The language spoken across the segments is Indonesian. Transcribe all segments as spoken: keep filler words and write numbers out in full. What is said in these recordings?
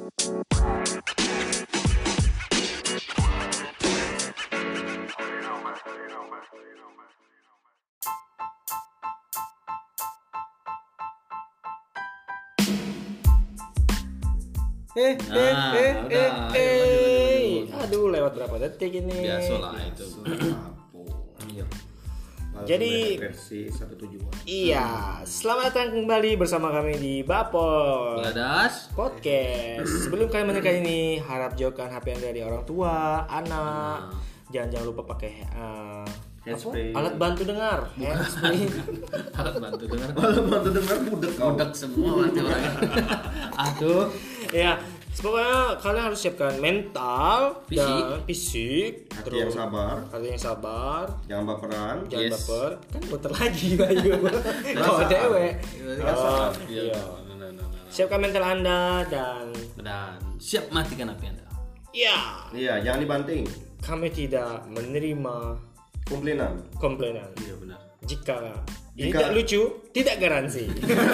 Eh, eh, Nah, eh, udah, eh, ayo, eh. lanjut, lanjut, Aduh, lewat berapa detik ini? Biasalah itu. Iya. Jadi- versi satu tujuan. Iya, selamat datang kembali bersama kami di Bapol Beladas. Podcast. Sebelum kalian menekan ini, harap jauhkan H P Anda dari orang tua, anak. Jangan jangan lupa pakai uh, Handsfree. apa? Alat bantu dengar. Handsfree. Alat bantu dengar. Kalau bantu dengar budek kau. Budak semua nanti orangnya. Aduh. Ya, pokoknya kalian harus siapkan mental Fisik. dan fisik, Hati yang sabar, hati yang sabar, jangan baperan. jangan Yes. baper. Kan muter lagi Bayu. Kalau dewe. Perasaan. Oh, iya. Nah, nah, nah, nah. Siapkan mental Anda dan Dan siap matikan api Anda. ya, Iya, jangan dibanting. kami tidak menerima Komplainan. komplainan. Iya benar. Jika ini Jika- tidak lucu, tidak garansi.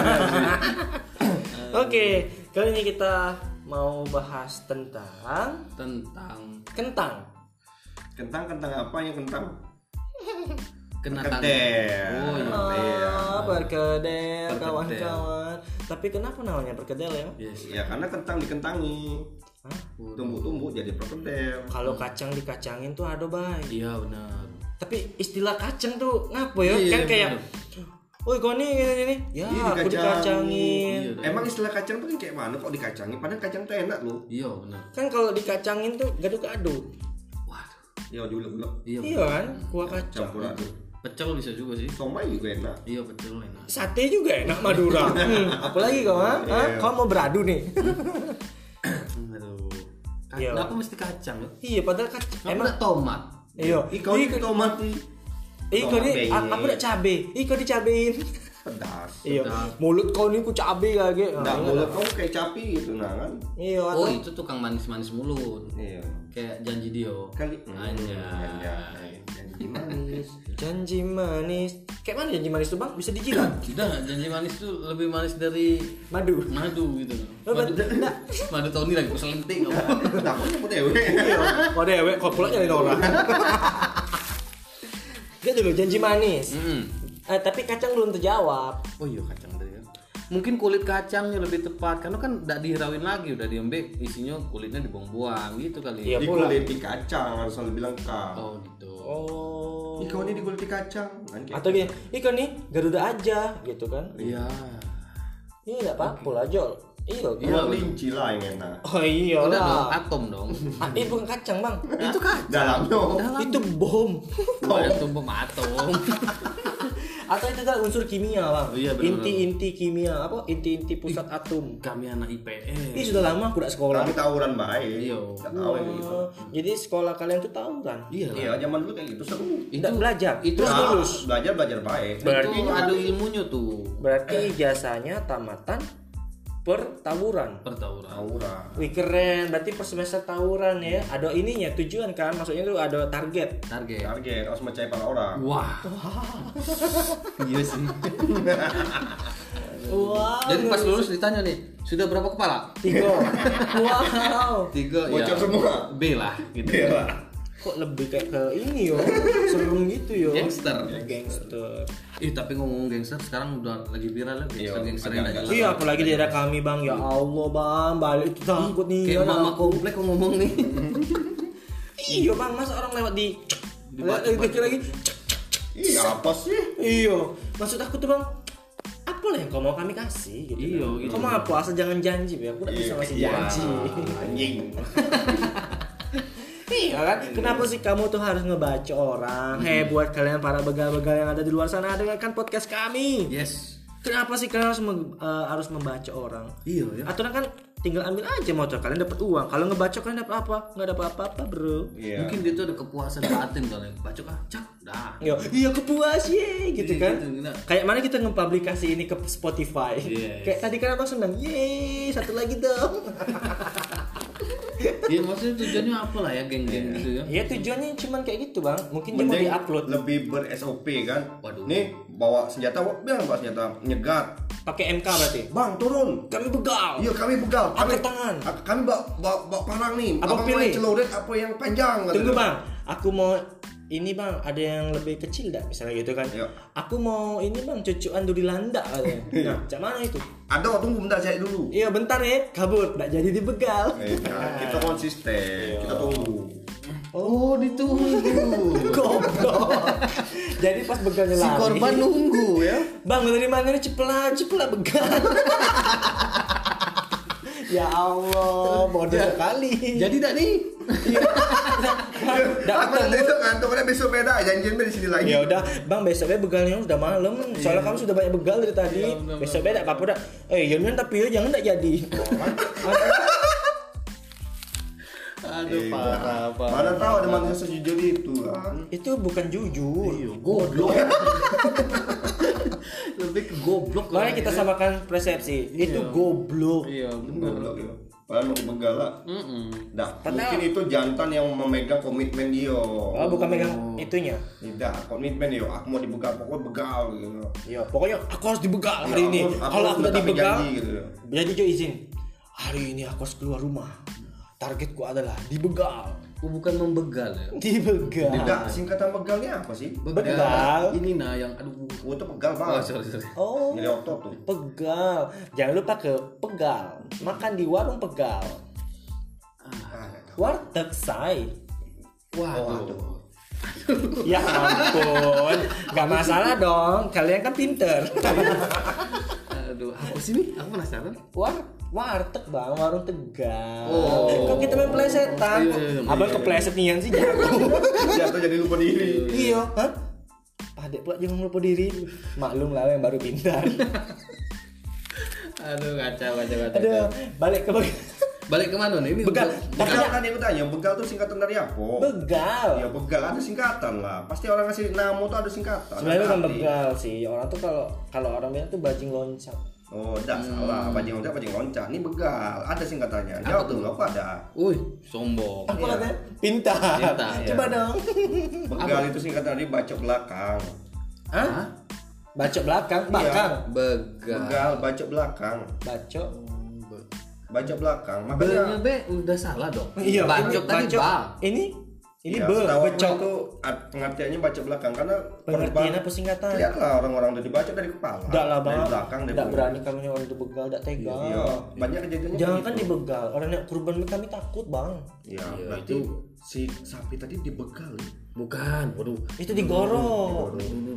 Oke, kali ini kita mau bahas tentang Tentang kentang. Kentang kentang apa yang kentang? kena Kedel. tangan. Oh iya. Iya. Ah, perkedel, Perkedel. kawan-kawan. Tapi kenapa namanya perkedel ya? Yes. Ya karena kentang dikentangi. Hah? Tumbuh-tumbuh jadi perkedel. Kalau kacang dikacangin tuh ada baik. Iya benar. Tapi istilah kacang tuh ngapa ya? Iya, Kan kayak, bener. "Woi, kau nih ini ini." Ya, Iya, aku dikacangin. dikacangin. Iya, Emang istilah kacang tuh kayak mana kok dikacangin? Padahal kacang tuh enak loh. Iya benar. Kan kalau dikacangin tuh gado-gado. Waduh. Ya dulu-dulu. Iya. Iya kan? Kuah kacang. Campur aduk. Pecel bisa juga sih. Somai juga enak. Iya pecel enak. Sate juga enak Madura. Hmm, apalagi kau, ha? Hah? Iya. Kau mau beradu nih? Aduh. Iya. Kenapa mesti kacang? Ya? Iya, padahal kacang. Emang Emang ada tomat. iya. Ih, kau ini tomat nih. Ih, kau tomat ini benye. aku udah cabe. Ih, kau dicabein. Pedas. Iya. Sedap. Mulut kau ini ku cabe kage. Enggak, mulut kau kayak capi gitu nah kan. Iya, Oh atau itu tukang manis-manis mulut. Iya. Kayak janji Dio. Kali Anjay. Anjay. Janji manis. janji manis. Kayak mana janji manis tuh, Bang? Bisa dijilat. Tidak, janji manis tuh lebih manis dari Madu. madu gitu. Oh, Madu, betul. madu Tony lagi keselenting. Nah, kok nyebut dewe. Iya. Oh, dewe kok pula nyari orang. Dia dulu janji manis. Mm-mm. Eh, tapi kacang belum terjawab. Oh iya kacang tadi ya. Mungkin kulit kacangnya lebih tepat karena kan tidak dihirawin lagi, udah diembek isinya kulitnya dibuang-buang gitu kali. Iya. Di pula. kulit di kacang harus lebih lengkap. Oh gitu. Oh. Ih, kau ini di kulit di kacang. Kan kayak Atau gini, ikan nih Garuda aja gitu kan. Iya. Ini enggak apa-apa aja. Iya, Iya, kan? kelinci lah yang enak. Oh iya Udah dong, lah. atom dong. Ah, ini bukan kacang, Bang. Itu kacang. Dalamnya. Itu bom. Oh, itu bom atom. Atau itu adalah unsur kimia, Bang. Oh, iya, benar-benar. Inti-inti kimia, apa? Inti-inti pusat atom. Kami anak I P S. Ini sudah lama aku udah sekolah. Tapi tawuran baik. Iya. Enggak tahu yang gitu. Oh, jadi sekolah kalian tuh tahu kan? Iya. Iya, zaman dulu kayak gitu seru. Itu Tidak belajar. itu Terus Nah, lulus. belajar belajar baik. Berarti itu ada ilmunya tuh. Berarti ijazahnya tamatan pertawuran. Pertawuran. Tawuran. Wih keren, berarti per semester tawuran ya. Ada ininya tujuan kan, maksudnya tuh ada target. Target. Target harus mencari para orang. Wah. Iya sih. Wow. Jadi pas lulus ditanya nih, sudah berapa kepala? Tiga. Wow. Tiga Bocor ya. semua. B lah gitu. Kok lebih kayak ke ini yo, serem gitu yo. Gangster. Gangster. Ih tapi ngomong gangster sekarang udah lagi viral ya gangster Iya, gangster agak- yang agak- jelas. Iya, apalagi di daerah kami bang, ya Allah bang, balik itu takut nih. Kayak ya, mama aku. komplek kok ngomong nih. Iya bang, masa orang lewat di, Dibacok-bacok. lagi lagi. Iya, apa sih? Iya, maksud aku tuh bang, apa lah yang kau mau kami kasih gitu. Iya, kan. gitu. Kau mau apa? Asal jangan janji ya, aku udah bisa ngasih Iya, janji. Anjing. Iya kan? Kenapa sih kamu tuh harus ngebaca orang? Hei buat kalian para begal-begal yang ada di luar sana, dengarkan podcast kami. Yes. Kenapa sih kalian harus mem- eh, harus membaca orang? Iya ya. Aturan kan tinggal ambil aja motor kalian dapat uang. Kalau ngebaca kalian dapat apa? Nggak dapat apa-apa, bro. Iya. Mungkin dia tuh ada kepuasan batin kali. Bacok ah, cak, dah. Iya, iya kepuas ye gitu Iya, kan. gitu, gitu. Kayak mana kita ngepublikasi ini ke Spotify. Yes. Kayak tadi kan abang senang, yeay satu lagi dong. Iya maksudnya tujuannya apa lah ya geng-geng gitu ya. Iya tujuannya cuman kayak gitu bang. Mungkin dia mau Mending diupload. lebih ber S O P kan. Waduh. Nih bawa senjata, wah, bilang bawa senjata nyegat. Pakai M K berarti. Bang, turun. Kami begal. Iya, kami begal. Kami Angkat tangan. Kami bawa, bawa, bawa parang nih. Apa Abang pilih? mau yang celurit apa yang panjang? Tunggu bang, aku mau ini bang, ada yang lebih kecil dah misalnya gitu kan. Iya. Aku mau ini bang, cucuan duri landa katanya. Nah, cak mana itu? Ada, tunggu bentar saya dulu. Iya bentar ya, kabur, nggak jadi dibegal. Eh, nah, kita konsisten, kita tunggu. Oh, ditunggu. Goblok. Jadi pas begalnya Si lari. korban nunggu ya. Bang dari mana nih ceplah ceplah begal. Ya Allah, bodoh sekali. Jadi tak nih? Nggak Apa ketemu. nanti itu ngantuk, karena besok beda, janjian di sini lagi. Ya udah, bang besoknya begalnya udah malam. Soalnya kamu sudah banyak begal dari tadi. Besok beda apa-apa dah. Eh, Yonian tapi ya jangan tak jadi. Aduh, parah, parah. Mana tahu ada manusia sejujur itu kan. Itu bukan jujur. Iya, goblok. Lebih ke goblok. Makanya kita samakan persepsi. Itu goblok. Iya, benar. Goblok ya. Padahal mau dibegal lah. Mm-mm. Nah, Padahal- mungkin itu jantan yang memegang komitmen dia. Oh, bukan megang itunya. Tidak, komitmen dia. Aku mau dibegal, pokoknya begal gitu. Iya, pokoknya aku harus dibegal hari Ya, ini. aku- aku Kalau aku udah menetapi dibegal, janji gitu. jadi Jo izin. Hari ini aku harus keluar rumah. Targetku adalah dibegal. Oh, bukan membegal ya. Dibegal. Tidak, singkatan begalnya apa sih? Begal. Ini nah yang aduh. Oh, itu pegal Oh, banget. sorry, sorry. Oh, Jadi otot tuh. pegal. Jangan lupa ke pegal. Makan di warung pegal. Ah, Warteg say. Waduh. Ya ampun. Gak masalah dong. Kalian kan pinter. Aduh, apa sih nih? Aku penasaran. War warteg bang, warung Tegal. Oh. Kok kita main plesetan? Iya, iya, iya. Abang kepleset nian sih jatuh. jatuh jadi lupa diri. Iya, hah? Padek pula jangan lupa diri. Maklum lah yang baru pintar. Aduh, kacau, kacau, kacau. Aduh, balik ke begal. Balik ke mana nih? Ini Begal. Begal kan yang tanya, begal tuh singkatan dari apa? Begal. Ya begal ada singkatan lah. Pasti orang ngasih nama tuh ada singkatan. Sebenarnya bukan Ada arti. begal sih. Orang tuh kalau kalau orang bilang tuh bajing loncat. Oh, tidak salah. Bajing loncat, bajing loncat. Ini begal. Ada singkatannya. Apa Jawab tuh? dulu, apa ada? Wih, sombong. Apa Iya. katanya? Pintar. Pintar, Coba iya. dong. Begal itu singkatan dari bacok belakang. Hah? Bacok belakang, belakang. Begal. Begal bacok belakang. Bacok. Bacok belakang. Be-nya Makanya be udah salah dong. Iya, Bacok tadi bacok. ba. Ini ini ya, be, setahu aku becok. itu art- pengertiannya bacok belakang karena Pengertian korban- apa singkatan? Lihatlah orang-orang udah dibacok dari kepala. Enggak lah bang. Dari belakang, dari Enggak belakang. berani kami orang itu begal, enggak tega. Iya, banyak kejadiannya. Jangan kayak kan gitu. dibegal, orang yang kurban kami takut bang. Ya, Iya, berarti si sapi tadi dibegal. Bukan, waduh. Itu digorok.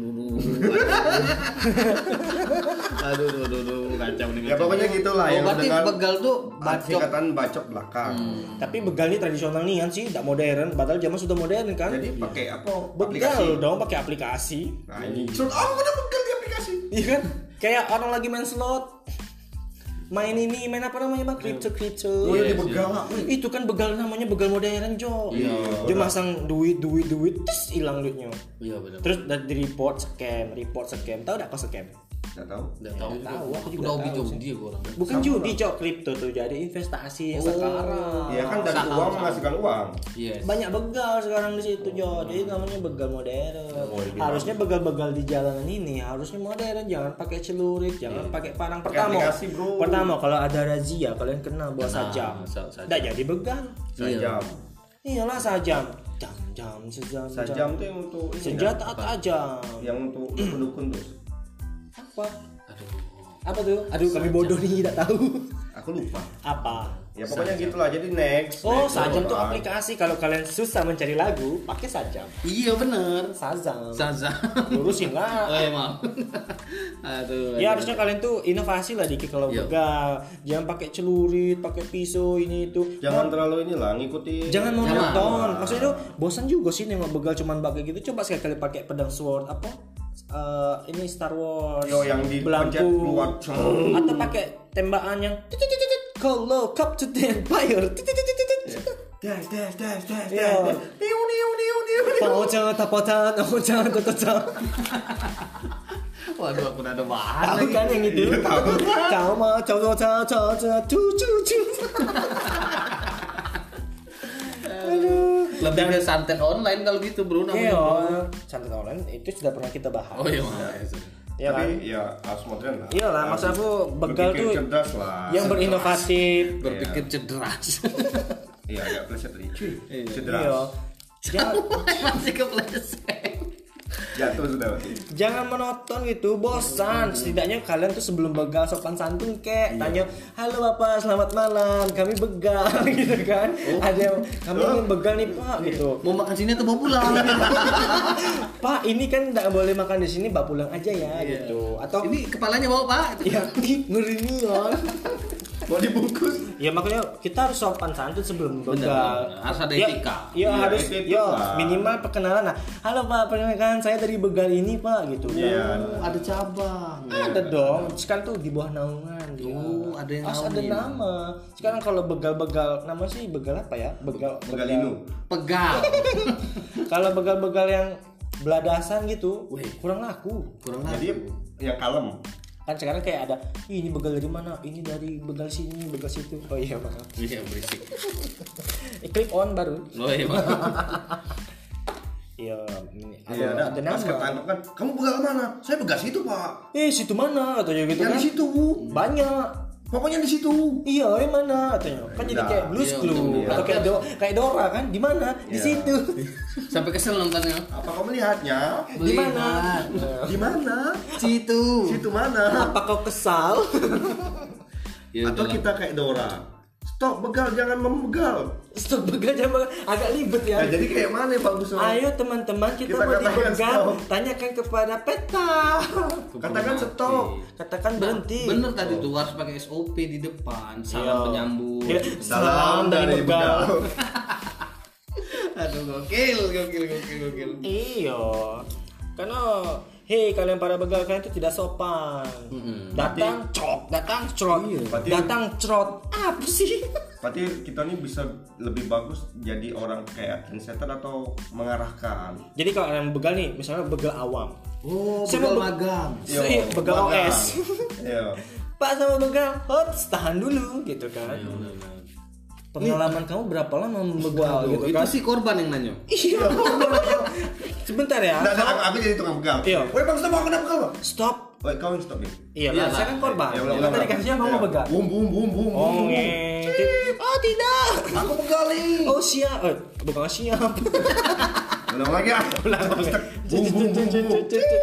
Aduh, aduh, aduh, aduh, kacau nih. Ya pokoknya gitulah Oh, yang berarti dengan begal tuh bacok. bacok. Singkatan bacok belakang. Tapi begal ini tradisional nian sih, enggak modern. Padahal zaman sudah modern kan. Jadi pakai apa? begal Aplikasi. dong, pakai aplikasi. Nah, ini. Suruh oh, udah begal di aplikasi. Iya kan? Kayak orang lagi main slot. Main ini, main apa namanya bang? Crypto, crypto. Oh, Iya, ya dibegal lah. Wih. Itu kan begal namanya begal modern Jo. Iya. Dia masang duit, duit, duit, terus hilang duitnya. Iya benar. Terus dari report scam, report scam. Tahu enggak kok scam? Enggak tahu. Udah tahu juga. tahu, aku juga Udah hobi tahu sih. judi gua orang. Bukan judi cok, kripto tuh jadi investasi yang Oh. sekarang. Iya kan dari Saham, uang saham. menghasilkan uang. Yes. Banyak begal sekarang di situ Jo. Jadi namanya begal modern. Harusnya begal-begal di jalanan ini harusnya modern, jangan pakai celurit, jangan pakai parang. Pakai Pertama, aplikasi, bro. pertama kalau ada razia kalian kena bawa Kena, sajam. sa- sajam. Nggak jadi begal. Sajam. Iyalah sajam. Jam jam sejam Sajam tuh yang untuk ini, senjata kan? tajam. Yang untuk dukun-dukun tuh. Apa? Aduh. Apa tuh? Aduh kami bodoh nih tidak tahu. Aku lupa. Apa? Ya pokoknya gitulah. Jadi next. Oh, next sajam tuh orang. aplikasi. Kalau kalian susah mencari lagu, pakai sajam. Iya bener. Sajam. Saza. Lurusin Oh lah. ya maaf. Aduh. Ya aduh. harusnya kalian tuh inovasi lah dikit kalau Iya. begal. Jangan pakai celurit, pakai pisau ini itu. Jangan terlalu inilah ngikuti. Jangan Jangan. monoton. Maksudnya tuh bosan juga sih nengok begal cuman pakai gitu. Coba sekali-kali pakai pedang sword apa? Eh, ini Star Wars. Yo, yang dipencet keluar. Atau pakai tembakan yang call look up to the empire. Dash dash dash dash Iya. dash. Niu niu niu niu. Paoja tapotan, oja totoja. Waduh, aku udah ada bahan Tahu lagi. kan yang itu? Tahu. Tahu mah, tahu tahu tahu tahu tahu tu tu tu. Lebih ke santet online kalau gitu bro namanya. Iya, bro. santet online itu sudah pernah kita bahas. Oh iya maaf. Ya Tapi kan? ya harus modern lah. Iyalah, Harus maksud aku begal berpikir tuh cerdas lah. yang berinovatif. Berpikir cederas. Iya, agak pleset tadi. Cuy, Iya. cederas. Jangan, Masih kepleset. Jatuh sudah berarti. jangan monoton gitu, bosan. Setidaknya kalian tuh sebelum begal sopan santun kek, tanya, halo bapak, selamat malam, kami begal gitu kan. Ada yang kami ingin begal nih pak gitu. Mau makan sini atau mau pulang? Pak ini kan nggak boleh makan di sini, bapak pulang aja ya gitu. Atau Ini kepalanya bawa pak. ya ih, ngeri nih kan. Mau dibungkus. Ya makanya kita harus sopan santun sebelum Bener, begal. bener. Harus ada Ya, etika. Ya, Iya, harus etika ya lah. minimal perkenalan. Nah, halo Pak, perkenalkan saya dari begal ini Pak gitu. Iya. Oh, ada cabang. Ada dong. Sekarang tuh di bawah naungan. dia. Oh, ada yang Harus ada naunin. nama. Sekarang kalau begal-begal, nama sih begal apa ya? Begal. Begalinu. Pegal. Kalau begal-begal yang beladasan gitu, Wih. kurang laku. Kurang Jadi lagi. yang kalem. Kan sekarang kayak ada, "Ih, ini begal dari mana? Ini dari begal sini, begal situ." Oh iya maaf. Iya berisik. Eh, click on baru. Oh iya. Pak. Iya, ini ada, Iya, ada, ada nama. pas ketangkep kan, kamu begal mana? Saya begal situ pak. Eh, situ mana? Katanya gitu Yang kan. di situ. Banyak. Pokoknya di situ. Iya, yang mana? Katanya. Kan jadi Nah, kayak Blues iya, Clue betul, atau iya. kayak Do, kayak Dora kan? Di mana? Di Iya. situ. Sampai kesel nontonnya. Apa kau melihatnya? Di mana? Di mana? Situ. Situ mana? Apa kau kesal? Ya, Atau udahlah. kita kayak Dora. Stop begal, jangan membegal. Stop begal jangan agak ribet ya. Nah, jadi kayak mana yang bagus? Ayo teman-teman kita, Kita mau katakan dibegal. stop. Tanyakan kepada peta. Katakan stop. Katakan berhenti. Bener tadi tuh harus pakai S O P di depan. Salam Iya. penyambut. Iya, Salam dari begal. Aduh gokil, gokil, gokil, gokil. Iya. Karena hei kalian para begal, kalian itu tidak sopan. Mm-mm. Datang cok, datang crot, Berarti- datang crot. Apa sih? Berarti kita nih bisa lebih bagus jadi orang kayak trendsetter atau mengarahkan. Jadi kalau kalian begal nih, misalnya begal awam. Oh, Saya begal mau be- magang. Iya, begal O S. Iya. Pak sama begal, hots tahan dulu gitu kan. Pengalaman kamu berapa lama membegal gitu Itu kan? si korban yang nanya. Iya. Sebentar ya. Nah, nah, aku, aku jadi tukang begal. Iya. Woi bang, stop, mau kena begal bang. Stop. Woi kau yang stop nih. Iya, Iya lah, lah. saya kan korban. Ya, Kan ulang, ulang, tadi ulang. kasihnya kamu Iya. begal. Bum bum bum bum. Oh, bum, bum. ngetit. Oh tidak. Aku begal nih. Oh siap. Eh, bukan siap. Ulang lagi ah. Ulang lagi. Bum bum bum bum.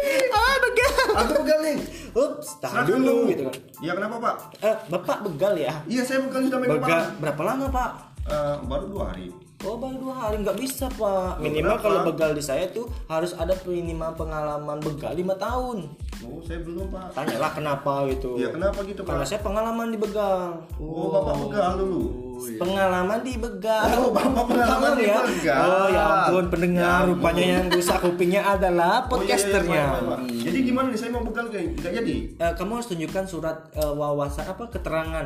Ah begal. Aku begal nih. Ups, tahan Silakan dulu dulu. gitu kan. Iya kenapa pak? Eh, Bapak begal ya? Iya saya begal sudah minggu Begal pak. berapa lama, Pak? Eh, baru dua hari. Oh baru dua hari, nggak bisa Pak. Minimal kenapa? kalau begal di saya tuh harus ada minimal pengalaman begal lima tahun. Oh saya belum pak. Tanyalah kenapa gitu. Iya kenapa gitu Karena pak? saya pengalaman di begal. Oh bapak begal dulu. Pengalaman di begal. Oh, bapak pengalaman Paham di ya? begal. Oh ya ampun pendengar, Ya ampun. rupanya yang rusak kupingnya adalah Oh, iya, iya, podcasternya. iya, Pak, Pak. Jadi gimana nih saya mau begal kayak nggak jadi? Eh, kamu harus tunjukkan surat eh, wawasan apa keterangan.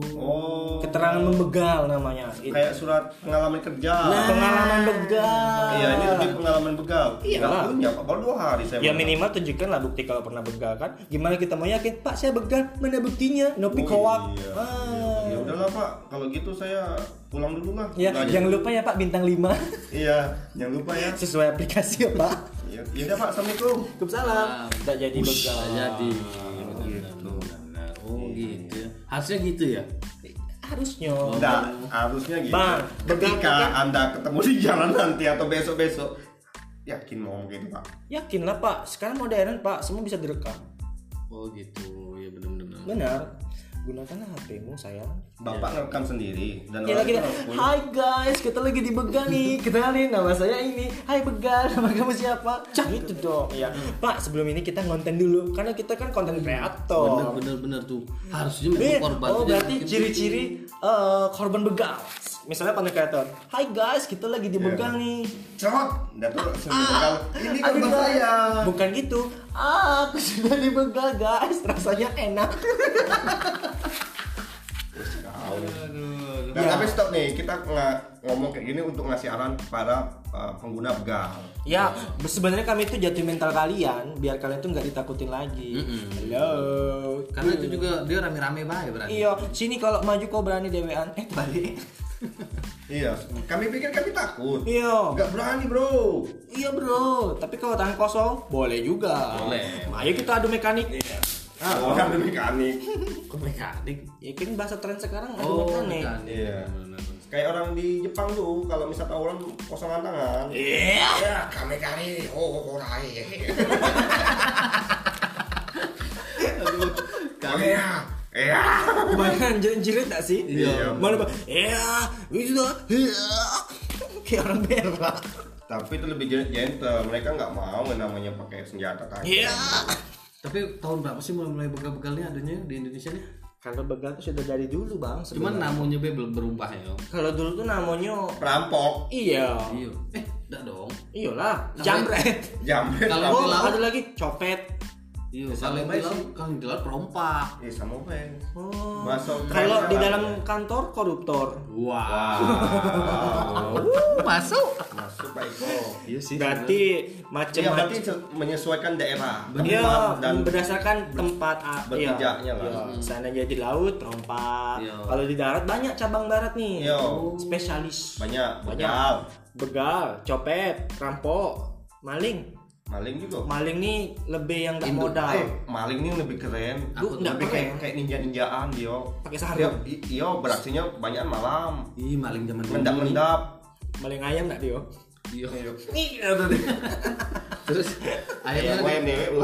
Oh. Keterangan membegal namanya. Itu. Kayak surat pengalaman kerja. Nah, pengalaman begal. Iya ini lebih pengalaman begal. Iyalah. Nggak punya pak. Baru dua hari saya. Ya begal. minimal tunjukkanlah bukti kalau pernah begal kan. Gimana kita mau yakin? Pak saya begal, mana buktinya? No pick Oh, hoak. iya. Ah. Ya udahlah pak. Kalau gitu saya pulang dulu lah. Ya, Nggak jangan jadi. lupa ya Pak bintang lima Iya, jangan lupa ya. sesuai aplikasi ya Pak. Ya, ya udah pak. Assalamualaikum. Waalaikumsalam. Tidak jadi begal. Jadi. Gitu. Oh gitu ya. Harusnya gitu ya. Harusnya. Enggak, harusnya gitu. Bang, begal ketika kan- Anda ketemu di jalan nanti atau besok-besok, yakin mau ngomong gitu, Pak. Yakinlah Pak, sekarang modern Pak, semua bisa direkam. Oh gitu. Ya benar-benar. Benar. Gunakanlah H P-mu sayang. Bapak ngerekam sendiri dan Ya orang lagi, itu nelfon. hai guys, kita lagi di begal nih. Kenalin nama saya ini. Hai begal, nama kamu siapa? Gitu dong. Ya, Pak, sebelum ini kita ngonten dulu karena kita kan konten kreator. Bener-bener bener tuh. Harusnya Eh, memang korban. oh tuh berarti jangan ciri-ciri eh, korban begal. Misalnya konten kreator. Hai guys, kita lagi di begal nih. Cerot, dan tuh langsung begal. Ini Aduh, korban guys. saya. Bukan gitu. Ah, aku sudah di begal guys. Rasanya enak. Nah, Ya. tapi stop nih, kita nggak ngomong kayak gini untuk ngasih arahan pada uh, pengguna begal. Ya, sebenarnya kami itu jatuh mental kalian biar kalian tuh nggak ditakutin lagi. Halo. Karena itu juga dia rame-rame baik berarti. Iya, sini kalau maju kau berani dewean. Eh, balik. Iya, kami pikir kami takut. Iya. Nggak berani bro. Iya bro, tapi kalau tangan kosong boleh juga. Boleh. Ayo kita adu mekanik. Iya. Ah, orang ada mekanik. Kok mekanik? Ya kan bahasa tren sekarang adu Oh, mekanik. mekanik. Iya. Benar. Kayak orang di Jepang tuh, kalau misal tawuran kosongan tangan. Iya. Ya, kami kami, oh, oh, rai. Kami ya, iya. Kebanyakan jerit gak sih? Iya. Mana pak? Iya, itu iya. Kayak orang berak. Tapi itu lebih gentle, mereka nggak mau yang namanya pakai senjata tajam. Iya. Tapi tahun berapa sih mulai mulai begal-begalnya adanya di Indonesia nih? Kalau begal tuh sudah dari dulu bang. Cuman sebenarnya. namanya be belum berubah ya. Kalau dulu tuh namanya Perampok, iya. Iya. Eh, enggak dong. Iyalah, Namanya- jambret. jambret, Kalau Oh, di laut? ada lagi copet. Iya, Sama kalau baik di laut, sih. kalau di laut perompak. eh sama Ben. Oh. Bahasa Kalau trennya di lah. dalam kantor koruptor. Wow. Wow. Masuk. Masuk Pak Eko. Iya sih. Berarti Iya, macam-macam. berarti se- menyesuaikan daerah, Iya, tempat dan berdasarkan tempat ah, iya. berpijaknya lah. Iya, sana jadi di laut perompak. Iya. Kalau di darat banyak cabang darat nih. Iya. Spesialis. banyak, Banyak. begal, Begal, copet, rampok, maling. maling juga. Maling nih lebih yang nggak Induk. modal. Eh, maling ini lebih keren. Lu nggak lebih kayak keren. kayak ninja-ninjaan dia. Pakai Dia, sarung. i- iya, beraksinya banyak malam. Ih, maling zaman dulu. Mendap-mendap. Maling ayam nggak dia? Iya. Nih, ada deh. Terus Kayak ayamnya W M D W.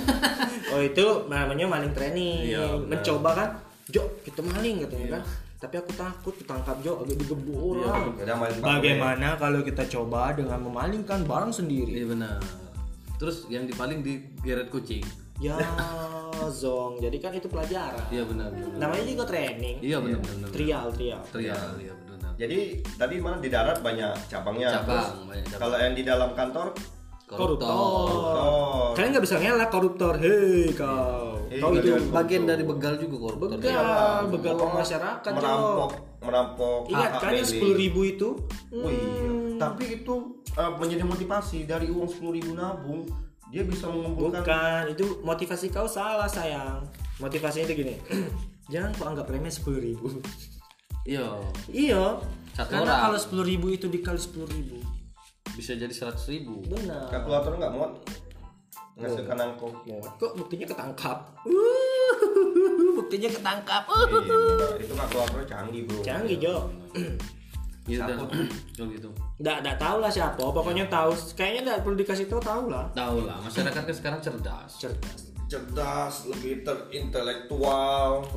Oh itu namanya maling training. Iya, benar. Mencoba kan, Jo kita maling katanya kan. Tapi aku takut ketangkap Jo, agak digebuk orang. Udah maling Pak Bagaimana kalau kita coba dengan memalingkan barang sendiri? Iya benar. Terus yang dipaling digeret kucing. Ya, Zong. Jadi kan itu pelajaran. Iya benar. benar. Namanya juga training. Iya benar benar. Trial, trial. Trial, iya benar. Jadi tadi mana di darat banyak cabangnya. Cabang, Terus, banyak cabang. Kalau yang di dalam kantor, Koruptor. oh, Kalian nggak bisa ngelak koruptor. Hei kau. Iya. Kau Iya, itu iya. Bagian dari begal juga koruptor. begal, begal uang masyarakat Jo. merampok, merampok. Ingat hak kan yang milik. sepuluh ribu itu? Oh iya. Tapi itu uh, menjadi motivasi dari uang sepuluh ribu nabung, dia bisa mengumpulkan. Bukan, itu motivasi kau salah sayang. Motivasinya itu gini. Jangan kau anggap remeh sepuluh ribu. Iya. Iya. Satu Karena orang. kalau sepuluh ribu itu dikali sepuluh ribu. Bisa jadi seratus ribu. Benar. Kalkulator nggak muat menghasilkan angkok. Muat kok buktinya ketangkap. Uh, buktinya ketangkap. Uh. Iya, itu kalkulator canggih bro. Canggih Jo. Iya udah. Sangkut. Oh gitu. Nggak, nggak tahu lah siapa. Pokoknya tahu. Kayaknya nggak perlu dikasih tahu, tahu lah. Tahu lah, masyarakat kan sekarang cerdas. Cerdas. Cerdas, lebih terintelektual.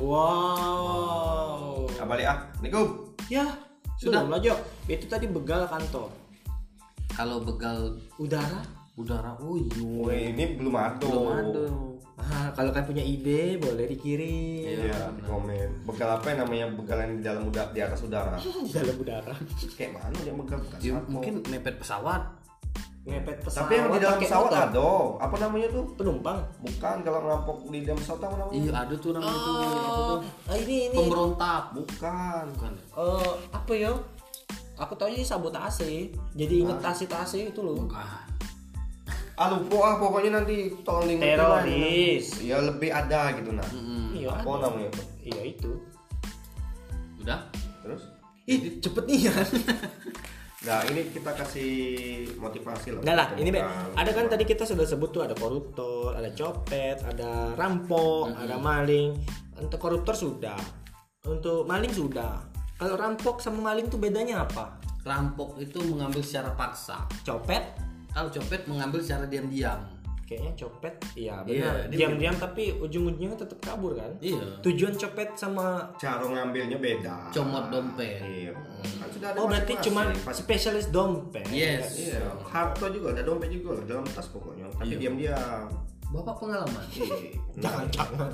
Wow. Nah, balik ah, Nikum. Ya, Sudah. sudah lah Jo. Itu tadi begal kantor. Kalau begal Udara. udara, oh iya. Wih, ini belum ada. Belum ada. Ah, kalau kan punya ide boleh dikirim. Iya, di komen. Begal apa yang namanya begal yang di dalam udara, di atas udara? Di dalam udara. Kayak mana dia begal bekas Ya, apa? mungkin mepet pesawat. Ngepet pesawat. Tapi yang di dalam pakai pesawat motor. ada. Apa namanya tuh? Penumpang. Bukan, kalau ngerampok di dalam pesawat apa namanya? Iya, ada tuh namanya tuh. Apa tuh? Ah, ini ini. Pemberontak. Bukan. Bukan. Eh, apa ya? Aku tahu ini sabotase. Jadi inget tasi-tasi itu loh. Bukan. Ah lupa ah, pokoknya nanti tolong diingetin lah. Teroris. Ya lebih ada gitu nah. Mm-mm. Iya. Apa ada. namanya tuh? Iya itu. Udah? Terus? Ih, cepet nih ya. Nah ini kita kasih motivasi lah. Enggak lah, Untuk ini Be. begal. Ada kan tadi kita sudah sebut tuh ada koruptor, ada copet, ada rampok, ada maling. Untuk koruptor sudah. Untuk maling sudah. Kalau rampok sama maling tuh bedanya apa? Rampok itu mengambil secara paksa. Copet Kalau copet mengambil secara diam-diam. kayaknya copet iya Iya, benar. dia Diam-diam tapi ujung-ujungnya tetap kabur kan? Iya. Tujuan copet sama Cara ngambilnya beda. Comot dompet. Iya. Kan sudah ada oh berarti masing-masing. cuma Pas- spesialis dompet. Yes. Iya. Harta juga ada dompet juga lah dalam tas pokoknya. Tapi Iya. diam-diam. Bapak pengalaman? Iya. Jangan-jangan.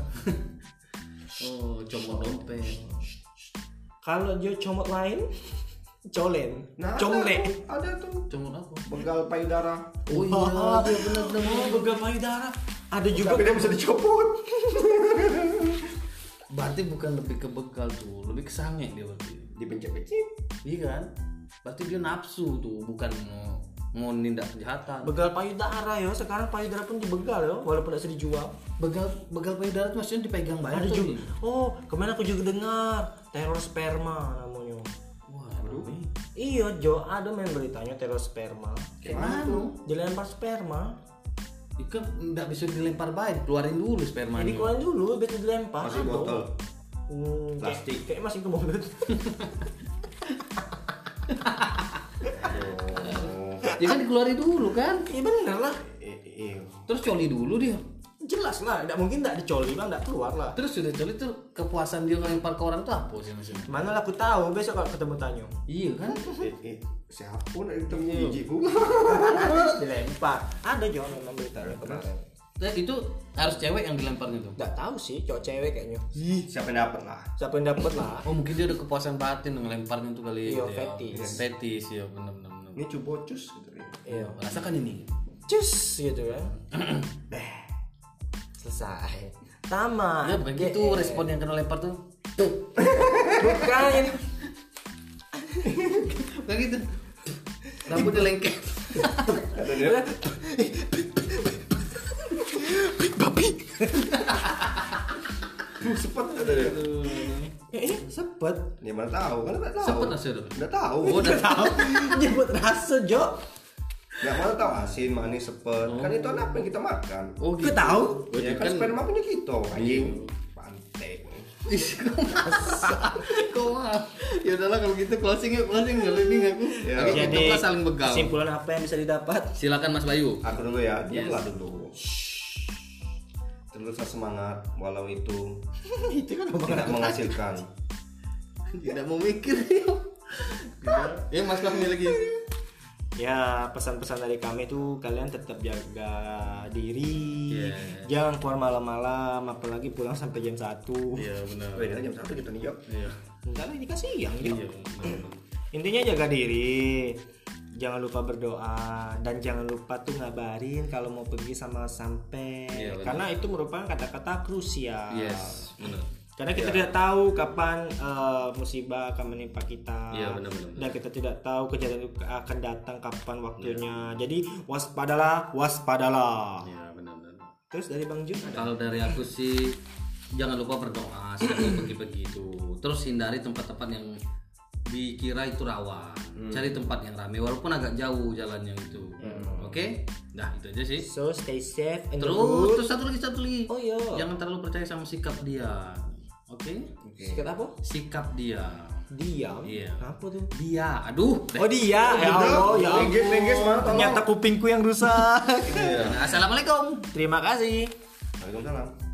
Oh, comot dompet. Kalau dia comot lain, colen, Nah, comle. ada tuh, ada tuh. Comot apa? Begal payudara. Oh iya, iya benar-benar. Oh, begal payudara. Ada juga. Tapi dia bisa dicopot. Berarti bukan lebih ke begal tuh, lebih ke sange dia berarti. Dipencet-pencet. Iya kan? Berarti dia nafsu tuh, bukan mau, mau nindak kejahatan. Begal payudara ya. Sekarang payudara pun dibegal ya, walaupun tidak bisa dijual. Begal begal payudara itu maksudnya dipegang banyak Ada tuh. juga. Oh, kemarin aku juga dengar teror sperma namanya. Wah, Iya Jo, ada main beritanya teror sperma. Gimana? Dilempar sperma. Ikan nggak bisa dilempar baik, keluarin dulu spermanya. Jadi keluarin dulu, betul dilempar. Masih Ada. botol. Hmm, Plastik. Kayak, kayak masih ke mobil. Oh. Ya kan dikeluarin dulu kan. Iya bener lah. I- Iya. Terus coli dulu dia. Jelas lah, tidak mungkin tidak dicoli bang, tidak keluar lah. Terus sudah coli tuh kepuasan dia ngelempar ke orang tuh apa sih maksudnya? Mana lah aku tahu, besok kalau ketemu Tanyo. Iya kan? Eh, eh, siapa pun itu gigiku. Dilempar. Ada Jo memang beritanya kemarin. Nah, itu harus cewek yang dilemparnya tuh. Tidak tahu sih, cowok cewek kayaknya. Siapa yang dapat lah? Siapa yang dapet lah? Oh mungkin dia ada kepuasan batin ngelemparnya tuh kali. Iya, gitu ya. fetis. Fetis ya benar benar. benar. Ini cubocus gitu ya. Iya. Rasakan ini. Cus gitu kan. Selesai. Tamat. Ya bukan gitu Ye- respon yang kena lempar tuh. Bukan ini. Bukan gitu. Rambutnya lengket. Ada dia. Babi. Sepet ada dia. Ya ini sepet. Ya mana tahu kan enggak tahu. Sepet aja tuh. Enggak tahu. Oh, udah tahu. Nyebut rasa Jo. Enggak mana tahu asin, manis, sepet. Kan itu apa yang kita makan. Oh Gue tahu. Oh, Ya jadi kan sperma punya kita, anjing. Pantai. Ih, kok masa? Kok mah? Ya udahlah kalau gitu closing yuk, closing enggak lebih aku. Ya. Lagi Jadi kita saling begal. kesimpulan apa yang bisa didapat? Silakan Mas Bayu. Aku dulu ya, Yes. diamlah dulu. Teruslah semangat walau itu Itu kan tidak menghasilkan. Tidak mau mikir. Ya Mas Bayu lagi. Ya pesan-pesan dari kami tuh kalian tetap jaga diri, Iya. jangan keluar malam-malam, apalagi pulang sampai jam satu. Iya benar. Oh, ini jam satu kita nih, Jok. Iya. Enggak lah ini kan siang Jo. Iya. benar. Intinya jaga diri, jangan lupa berdoa dan jangan lupa tuh ngabarin kalau mau pergi sama sampai, Iya, benar. karena itu merupakan kata-kata krusial. Yes, benar. Karena kita Iya. tidak tahu kapan uh, musibah akan menimpa kita. Iya, benar-benar. Dan kita tidak tahu kejadian itu akan datang kapan waktunya. Iya. Jadi waspadalah, waspadalah. Iya, benar-benar. Terus dari Bang Jun ada? Kalau dari aku sih jangan lupa berdoa sebelum pergi-pergi itu. Terus hindari tempat-tempat yang dikira itu rawan. Cari tempat yang ramai walaupun agak jauh jalannya itu. Oke? Nah, itu aja sih. So stay safe and Terus, good. terus satu lagi satu lagi. Oh iya. Jangan terlalu percaya sama sikap dia. Oke? Sikat apa? Sikap dia. Diam. Iya. Apa tuh? Dia. Aduh. Oh dia. Ya Allah, ya Allah. Lengges, mana tolong. Ternyata kupingku yang rusak. Assalamualaikum. Terima kasih. Waalaikumsalam.